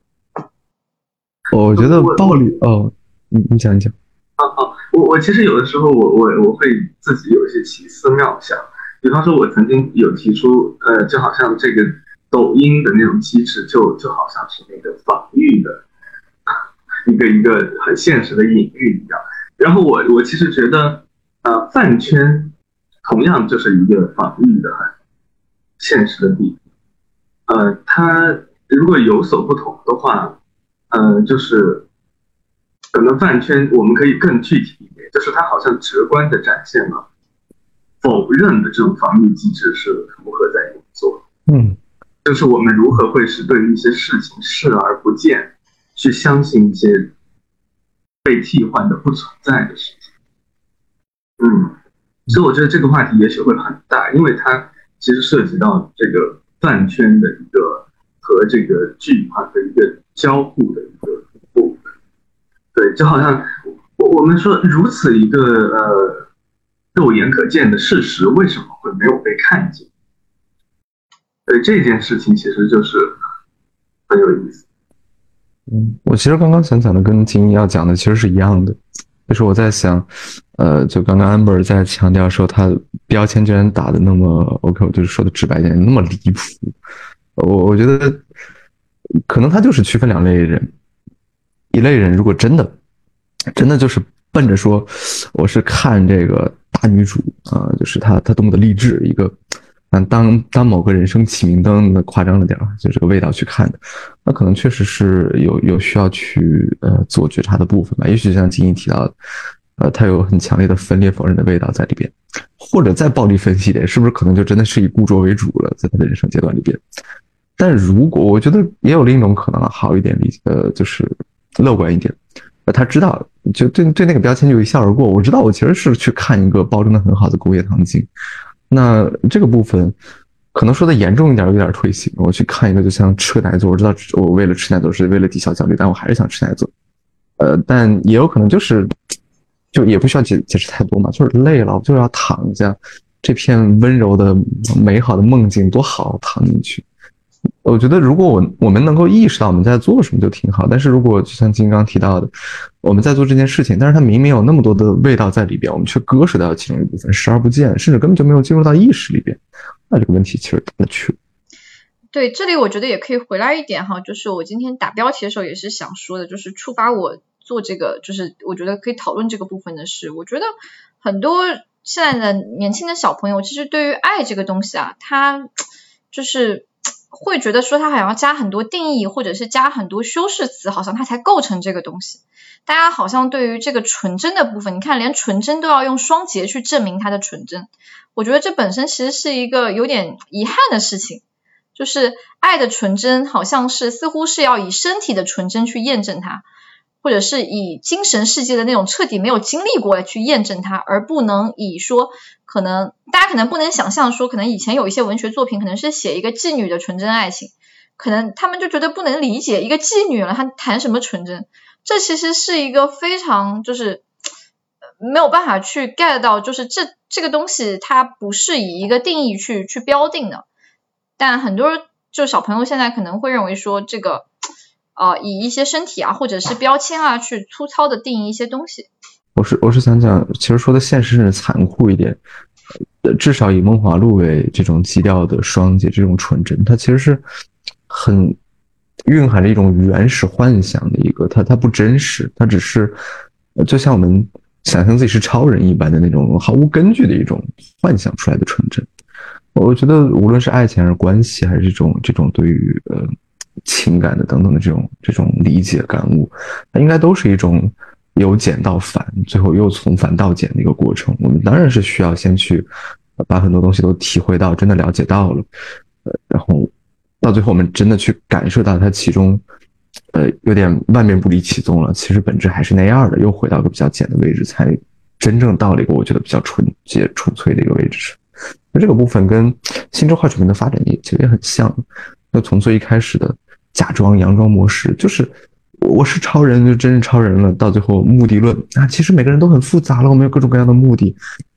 我觉得暴力哦，你你讲一讲。 啊啊，我我其实有的时候我我我会自己有一些奇思妙想，比方说，我曾经有提出，呃，就好像这个抖音的那种机制就，就就好像是那个防御的一个一个很现实的隐喻一样。然后我我其实觉得，呃，饭圈同样就是一个防御的很现实的地方。呃，它如果有所不同的话，呃，就是可能饭圈我们可以更具体一点，就是它好像直观的展现了否认的这种防御机制是如何在运作。 嗯， 就是我们如何会是对于一些事情视而不见，去相信一些被替换的不存在的事情。嗯，所以我觉得这个话题也许会很大，因为它其实涉及到这个饭圈的一个和这个剧团的一个交互的一个部分。对，就好像我们说如此一个呃肉眼可见的事实，为什么会没有被看见？对，这件事情其实就是很有意思。 嗯，我其实刚刚想讲的跟金要讲的其实是一样的，就是我在想，呃，就刚刚 Amber 在强调说他标签居然打的那么 OK， 我就是说的直白一点，那么离谱。我我觉得可能他就是区分两类人，一类人如果真的真的就是奔着说我是看这个大女主啊、呃，就是她她多么的励志一个。当当某个人生启明灯的夸张了点，就这个味道去看的，那可能确实是有有需要去呃自我觉察的部分吧。也许像金毅提到的，呃，它有很强烈的分裂否认的味道在里边，或者再暴力分析点，是不是可能就真的是以固着为主了，在他的人生阶段里边。但如果我觉得也有另一种可能，好一点理解，呃，就是乐观一点，呃，他知道就对对那个标签就一笑而过。我知道我其实是去看一个包装的很好的工业糖精。那这个部分可能说的严重一点有点退行，我去看一个就像吃奶座，我知道我为了吃奶座是为了抵消焦虑，但我还是想吃奶座，呃，但也有可能就是就也不需要解解释太多嘛，就是累了我就要躺一下，这片温柔的美好的梦境多好，躺进去。我觉得如果我我们能够意识到我们在做什么就挺好，但是如果就像金刚提到的，我们在做这件事情，但是它明明有那么多的味道在里边，我们却割舍掉其中一部分，视而不见，甚至根本就没有进入到意识里边，那这个问题其实大得去了。 对，这里我觉得也可以回来一点哈，就是我今天打标题的时候也是想说的，就是触发我做这个，就是我觉得可以讨论这个部分的是，我觉得很多现在的年轻的小朋友，其实对于爱这个东西啊，他就是会觉得说他好像要加很多定义，或者是加很多修饰词，好像他才构成这个东西。大家好像对于这个纯真的部分，你看连纯真都要用双节去证明它的纯真，我觉得这本身其实是一个有点遗憾的事情。就是爱的纯真好像是似乎是要以身体的纯真去验证它，或者是以精神世界的那种彻底没有经历过来去验证它，而不能以说可能大家可能不能想象说可能以前有一些文学作品可能是写一个妓女的纯真爱情，可能他们就觉得不能理解一个妓女了她谈什么纯真，这其实是一个非常就是没有办法去 get 到，就是这这个东西它不是以一个定义去去标定的。但很多就小朋友现在可能会认为说这个呃以一些身体啊或者是标签啊去粗糙的定义一些东西。 我是我是想讲，其实说的现实甚至残酷一点，呃，至少以梦华录为这种基调的双节，这种纯真，它其实是很蕴含着一种原始幻想的一个，它它不真实，它只是就像我们想象自己是超人一般的那种毫无根据的一种幻想出来的纯真。我觉得无论是爱情还是关系，还是这种这种对于呃情感的等等的这种这种理解感悟，它应该都是一种由简到繁，最后又从繁到简的一个过程。我们当然是需要先去把很多东西都体会到，真的了解到了，呃，然后到最后我们真的去感受到它其中，呃，有点万变不离其宗了。其实本质还是那样的，又回到一个比较简的位置，才真正到了一个我觉得比较纯洁纯粹的一个位置上。那这个部分跟新洲化水平的发展也其实也很像，就从最一开始的假装佯装模式，就是我是超人就真是超人了，到最后目的论啊，其实每个人都很复杂了，我们有各种各样的目的，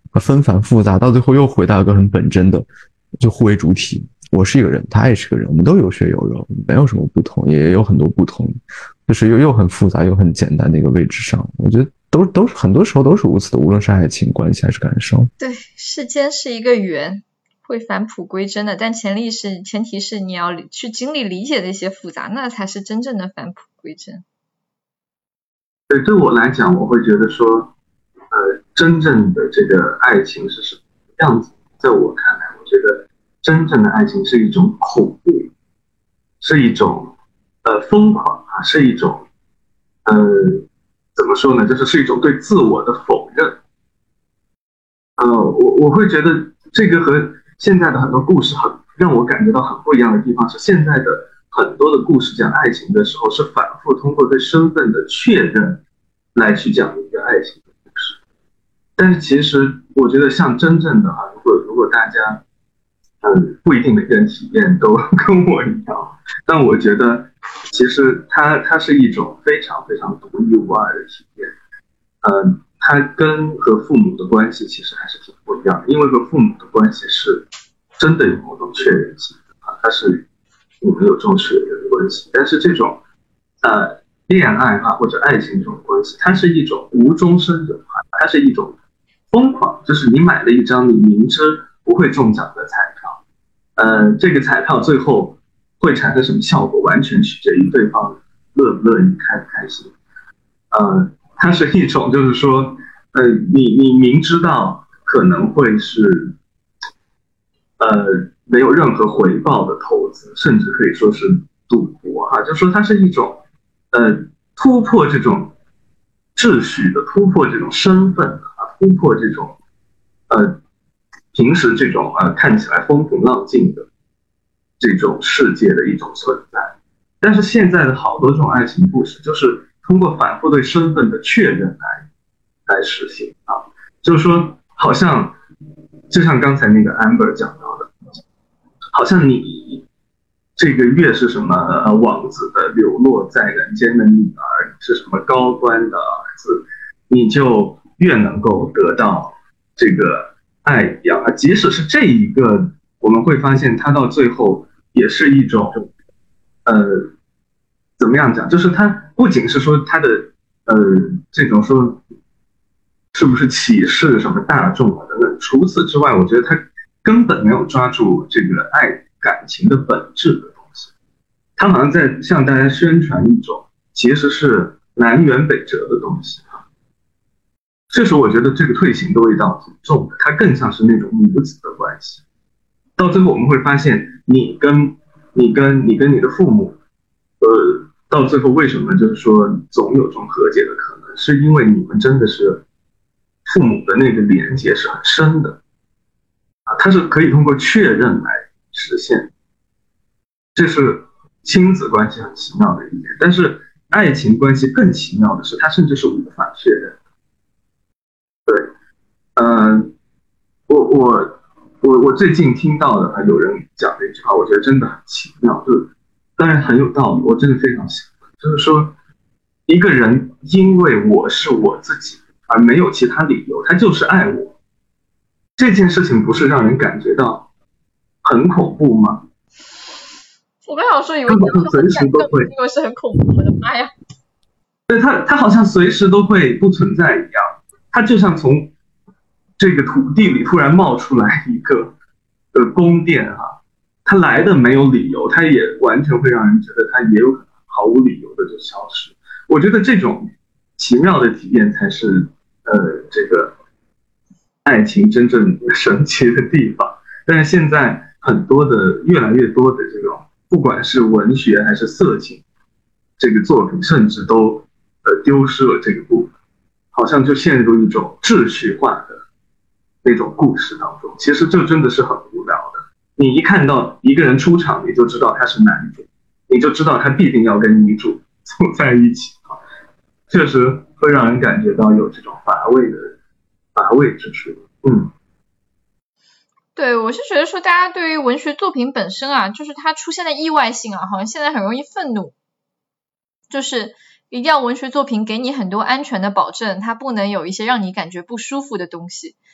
纷繁复杂，到最后又回到一个很本真的，就互为主体。我是一个人，他也是个人，我们都有血有肉，没有什么不同，也有很多不同，就是又又很复杂又很简单的一个位置上，我觉得都都是很多时候都是如此的，无论是爱情关系还是感受。 对，世间是一个圆，会返璞归真的，但前提是前提是你要去经历理解的一些复杂，那才是真正的返璞归真。 对，对我来讲，我会觉得说，呃，真正的这个爱情是什么样子？在我看来，我觉得真正的爱情是一种恐怖，是一种呃疯狂啊，是一种呃怎么说呢？就是是一种对自我的否认。呃，我我会觉得这个和现在的很多故事很让我感觉到很不一样的地方是，现在的很多的故事讲爱情的时候是反复通过对身份的确认来去讲一个爱情的故事，但是其实我觉得像真正的哈，如果如果大家嗯不一定每个人体验都跟我一样，但我觉得其实它它是一种非常非常独一无二的体验。嗯，它跟和父母的关系其实还是挺不一样的，因为和父母的关系是真的有某种确认性的啊，它是你们有这种血缘的关系，但是这种呃恋爱啊或者爱情这种关系，它是一种无中生有啊，它是一种疯狂，就是你买了一张你明知不会中奖的彩票，呃，这个彩票最后会产生什么效果，完全取决于对方乐不乐意、开不开心，呃。它是一种，就是说，呃，你你明知道可能会是，呃，没有任何回报的投资，甚至可以说是赌博啊，就是说它是一种，呃，突破这种秩序的，突破这种身份啊，突破这种，呃，平时这种呃看起来风平浪静的这种世界的一种存在。但是现在的好多这种爱情故事，就是通过反复对身份的确认来来实行啊，就是说，好像就像刚才那个 Amber 讲到的，好像你这个越是什么呃王子的流落在人间的女儿，是什么高官的儿子，你就越能够得到这个爱一样啊。即使是这一个，我们会发现它到最后也是一种。呃，怎么样讲？就是它不仅是说它的呃这种说是不是歧视什么大众啊等等，除此之外，我觉得它根本没有抓住这个爱感情的本质的东西。它好像在向大家宣传一种其实是南辕北辙的东西啊。这时候我觉得这个退行的味道挺重的，它更像是那种母子的关系。到最后我们会发现，你跟你跟你跟你的父母，呃，到最后为什么就是说总有这种和解的可能，是因为你们真的是父母的那个连接是很深的，啊，它是可以通过确认来实现，这是亲子关系很奇妙的一点。但是爱情关系更奇妙的是，它甚至是无法确认。对，嗯、呃，我我。我我最近听到的有人讲的一句话，我觉得真的很奇妙，就当然很有道理，我真的非常喜欢。就是说，一个人因为我是我自己而没有其他理由，他就是爱我，这件事情不是让人感觉到很恐怖吗？ 我刚想说以为他随时都会，因为是很恐怖，我的妈呀！ 对，他他好像随时都会不存在一样，他就像从这个土地里突然冒出来一个呃宫殿啊，它来的没有理由，它也完全会让人觉得它也有可能毫无理由的就消失。我觉得这种奇妙的体验才是呃这个爱情真正神奇的地方。但是现在很多的越来越多的这种，不管是文学还是色情这个作品，甚至都呃丢失了这个部分，好像就陷入一种秩序化的那种故事当中。其实这真的是很无聊的，你一看到一个人出场，你就知道他是男主，你就知道他必定要跟女主走在一起啊，确实会让人感觉到有这种乏味的乏味之处。嗯， 对，我是觉得说大家对于文学作品本身啊，就是它出现的意外性啊，好像现在很容易愤怒，就是一定要文学作品给你很多安全的保证，它不能有一些让你感觉不舒服的东西。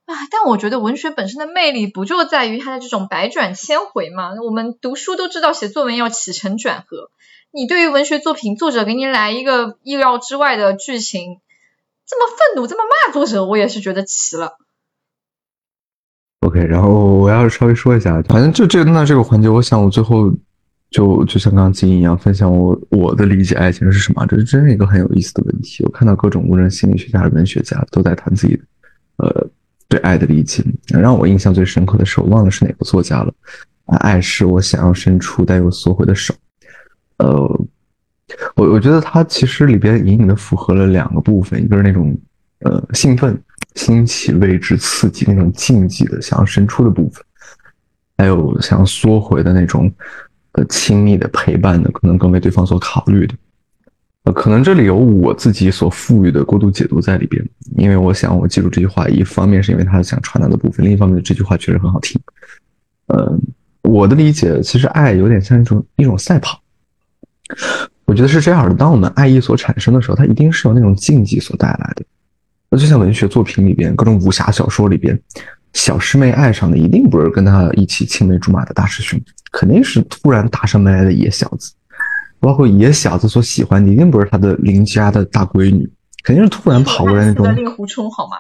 啊，但我觉得文学本身的魅力不就在于它的这种百转千回吗？我们读书都知道写作文要起承转合，你对于文学作品作者给你来一个意料之外的剧情，这么愤怒这么骂作者，我也是觉得奇了。 OK， 然后我要稍微说一下，反正就这那这个环节，我想我最后就就像刚刚金一样，分享我我的理解爱情是什么，这是真是一个很有意思的问题。我看到各种无论心理学家、文学家都在谈自己的呃对爱的理解。让我印象最深刻的是，我忘了是哪个作家了。啊，爱是我想要伸出但又缩回的手。呃，我我觉得它其实里边隐隐的符合了两个部分，一个是那种呃兴奋、新奇、未知、刺激那种禁忌的想要伸出的部分，还有想要缩回的那种呃亲密的陪伴的，可能更为对方所考虑的。呃，可能这里有我自己所赋予的过度解读在里边，因为我想我记住这句话，一方面是因为他想传达的部分，另一方面这句话确实很好听。呃，我的理解其实爱有点像一种一种赛跑。我觉得是这样的，当我们爱意所产生的时候，它一定是由那种禁忌所带来的。那就像文学作品里边，各种武侠小说里边，小师妹爱上的一定不是跟他一起青梅竹马的大师兄，肯定是突然打上门来的野小子。包括野小子所喜欢的一定不是他的邻家的大闺女，肯定是突然跑过来那种令狐冲，好吗？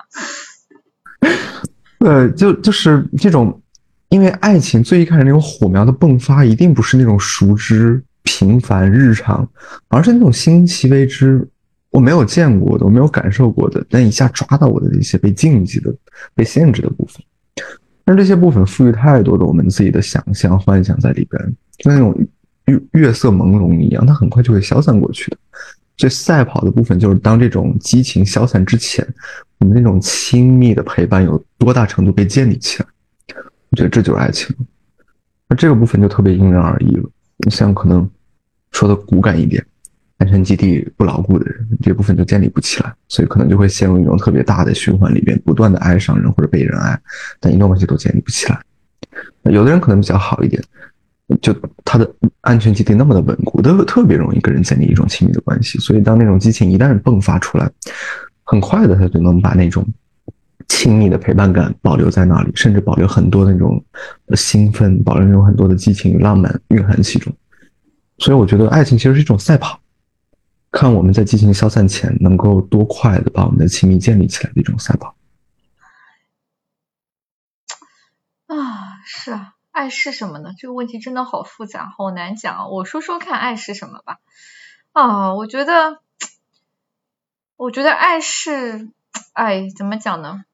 对，就就是这种，因为爱情最一开始那种火苗的迸发，一定不是那种熟知、平凡、日常，而是那种新奇未知，我没有见过的，我没有感受过的，但一下抓到我的一些被禁忌的、被限制的部分。但是这些部分赋予太多的我们自己的想象、幻想在里边，就那种月色朦胧一样，它很快就会消散过去的。所以赛跑的部分就是当这种激情消散之前，我们那种亲密的陪伴有多大程度被建立起来，我觉得这就是爱情。那这个部分就特别因人而异了。你像可能说的骨感一点，安全基地不牢固的人，这部分就建立不起来，所以可能就会陷入一种特别大的循环里边，不断的爱上人或者被人爱，但一段关系都建立不起来。有的人可能比较好一点，就他的安全基地那么的稳固，都特别容易跟人建立一种亲密的关系，所以当那种激情一旦迸发出来，很快的他就能把那种亲密的陪伴感保留在那里，甚至保留很多那种兴奋，保留那种很多的激情与浪漫蕴含其中。所以我觉得爱情其实是一种赛跑，看我们在激情消散前能够多快的把我们的亲密建立起来的一种赛跑。 啊，是啊，爱是什么呢？这个问题真的好复杂，好难讲啊。我说说看，爱是什么吧。啊，我觉得，我觉得爱是，哎，怎么讲呢？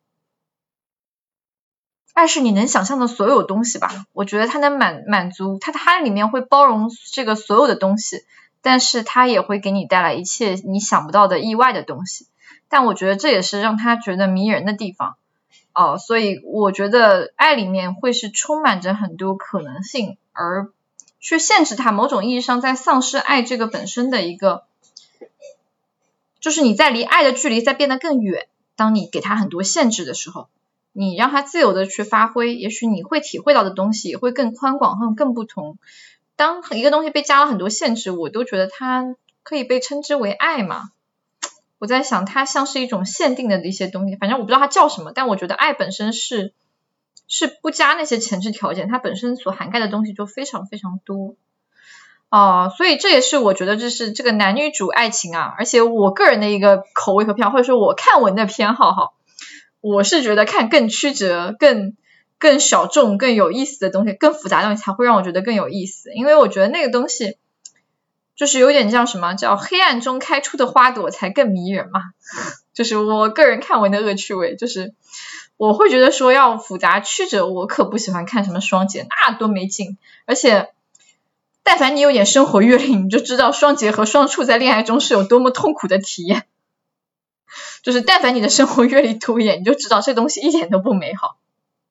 爱是你能想象的所有东西吧。我觉得它能满满足，它它里面会包容这个所有的东西，但是它也会给你带来一切你想不到的意外的东西。但我觉得这也是让它觉得迷人的地方。哦，所以我觉得爱里面会是充满着很多可能性，而去限制它，某种意义上在丧失爱这个本身的一个，就是你在离爱的距离在变得更远。当你给它很多限制的时候，你让它自由的去发挥，也许你会体会到的东西也会更宽广和更不同。当一个东西被加了很多限制，我都觉得它可以被称之为爱嘛。我在想它像是一种限定的一些东西，反正我不知道它叫什么，但我觉得爱本身是是不加那些前置条件，它本身所涵盖的东西就非常非常多哦、呃，所以这也是我觉得这是这个男女主爱情啊，而且我个人的一个口味和偏好，或者说我看文的偏好哈，我是觉得看更曲折、更更小众、更有意思的东西，更复杂的东西才会让我觉得更有意思，因为我觉得那个东西就是有点像什么叫黑暗中开出的花朵才更迷人嘛，就是我个人看文的恶趣味，就是我会觉得说要复杂曲折，我可不喜欢看什么双节，那多没劲。而且但凡你有点生活阅历，你就知道双节和双处在恋爱中是有多么痛苦的体验，就是但凡你的生活阅历多一点，你就知道这东西一点都不美好。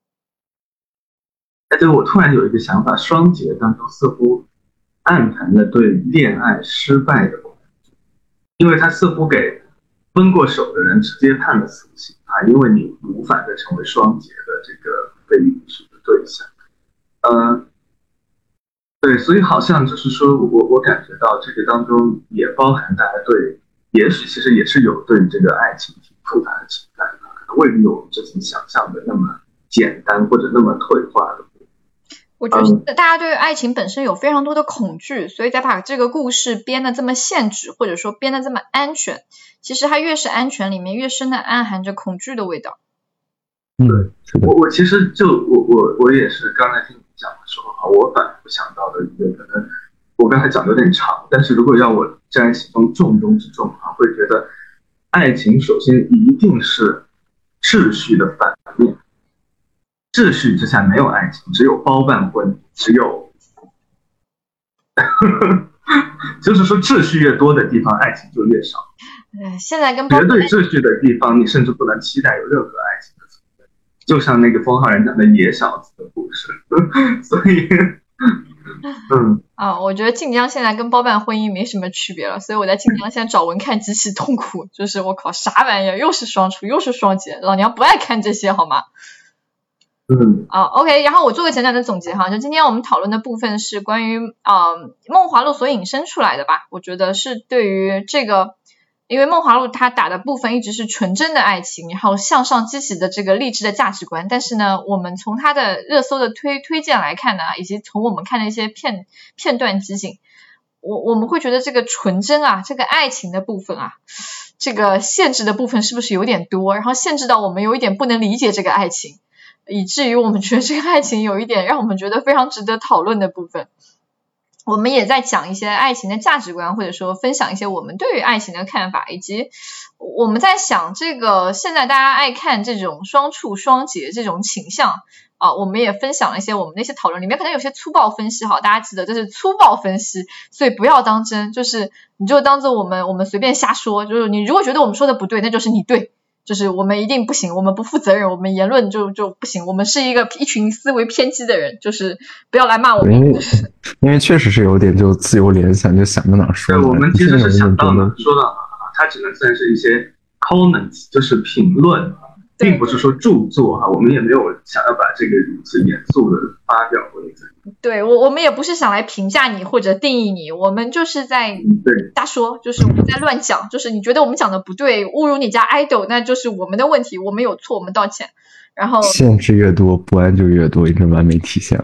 哎，对，我突然有一个想法，双节当中似乎暗含了对恋爱失败的恐惧，因为他似乎给分过手的人直接判了死刑啊，因为你无法再成为双节的这个被允许的对象。呃，对，所以好像就是说我我感觉到这个当中也包含大家对，也许其实也是有对这个爱情挺复杂的情感的。 可能未必有我们之前想象的那么简单或者那么退化的。 我觉得大家对于爱情本身有非常多的恐惧，所以才把这个故事编得这么限制，或者说编得这么安全。其实它越是安全，里面越深的暗含着恐惧的味道。 嗯， 我我其实就我我我也是刚才听你讲的时候啊，我反复想到的一个可能，我刚才讲的有点长，但是如果让我站在其中重中之重啊，会觉得爱情首先一定是秩序的反面。秩序之下没有爱情，只有包办婚，只有就是说秩序越多的地方爱情就越少。 嗯，现在跟绝对秩序的地方你甚至不能期待有任何爱情的存在，就像那个风浩然讲的野小子的故事。所以嗯啊，我觉得晋江现在跟包办婚姻没什么区别了，所以我在晋江现在找文看极其痛苦，就是我靠啥玩意儿，又是双厨又是双节，老娘不爱看这些好吗？ 嗯啊、uh, OK， 然后我做个简短的总结哈，就今天我们讨论的部分是关于啊《梦华录》所引申出来的吧，我觉得是对于这个，因为《梦华录》它打的部分一直是纯真的爱情，然后向上激起的这个励志的价值观，但是呢，我们从它的热搜的推推荐来看呢，以及从我们看的一些片片段集锦，我我们会觉得这个纯真啊，这个爱情的部分啊，这个限制的部分是不是有点多，然后限制到我们有一点不能理解这个爱情。以至于我们觉得这个爱情有一点让我们觉得非常值得讨论的部分。我们也在讲一些爱情的价值观，或者说分享一些我们对于爱情的看法，以及我们在想这个现在大家爱看这种双处双节这种倾向啊，我们也分享了一些我们那些讨论里面可能有些粗暴分析哈，大家记得这是粗暴分析，所以不要当真，就是你就当做我们我们随便瞎说，就是你如果觉得我们说的不对，那就是你对。就是我们一定不行，我们不负责任，我们言论就就不行，我们是一个一群思维偏激的人，就是不要来骂我们。 因为因为确实是有点就自由联想，就想到哪说哪。 对，我们其实是想到哪说到哪，它只能算是一些 comments， 就是评论，并不是说著作啊，我们也没有想要把这个如此严肃的发表或者怎样。 对，我我们也不是想来评价你或者定义你，我们就是在瞎说，就是我们在乱讲，就是你觉得我们讲的不对，侮辱你家 idol， 那就是我们的问题，我们有错，我们道歉。然后限制越多，不安就越多，已经完美体现了。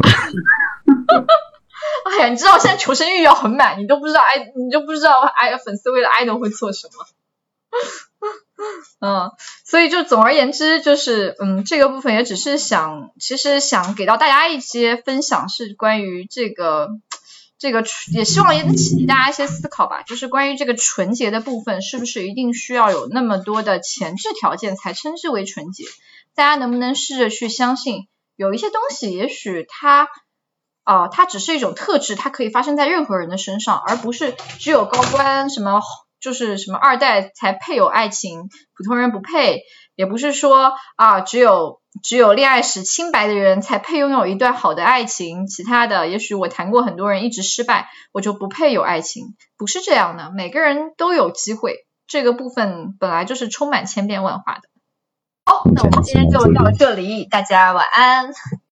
哎呀，你知道现在求生欲要很满，你都不知道爱，你就不知道爱粉丝为了 idol 会做什么。嗯，所以就总而言之，就是嗯，这个部分也只是想，其实想给到大家一些分享，是关于这个这个，也希望也启迪大家一些思考吧。就是关于这个纯洁的部分，是不是一定需要有那么多的前置条件才称之为纯洁？大家能不能试着去相信，有一些东西，也许它啊、呃，它只是一种特质，它可以发生在任何人的身上，而不是只有高官什么。就是什么二代才配有爱情，普通人不配，也不是说啊只有只有恋爱史清白的人才配拥有一段好的爱情，其他的也许我谈过很多人一直失败，我就不配有爱情，不是这样的，每个人都有机会，这个部分本来就是充满千变万化的。好，那我们今天就到这里，大家晚安。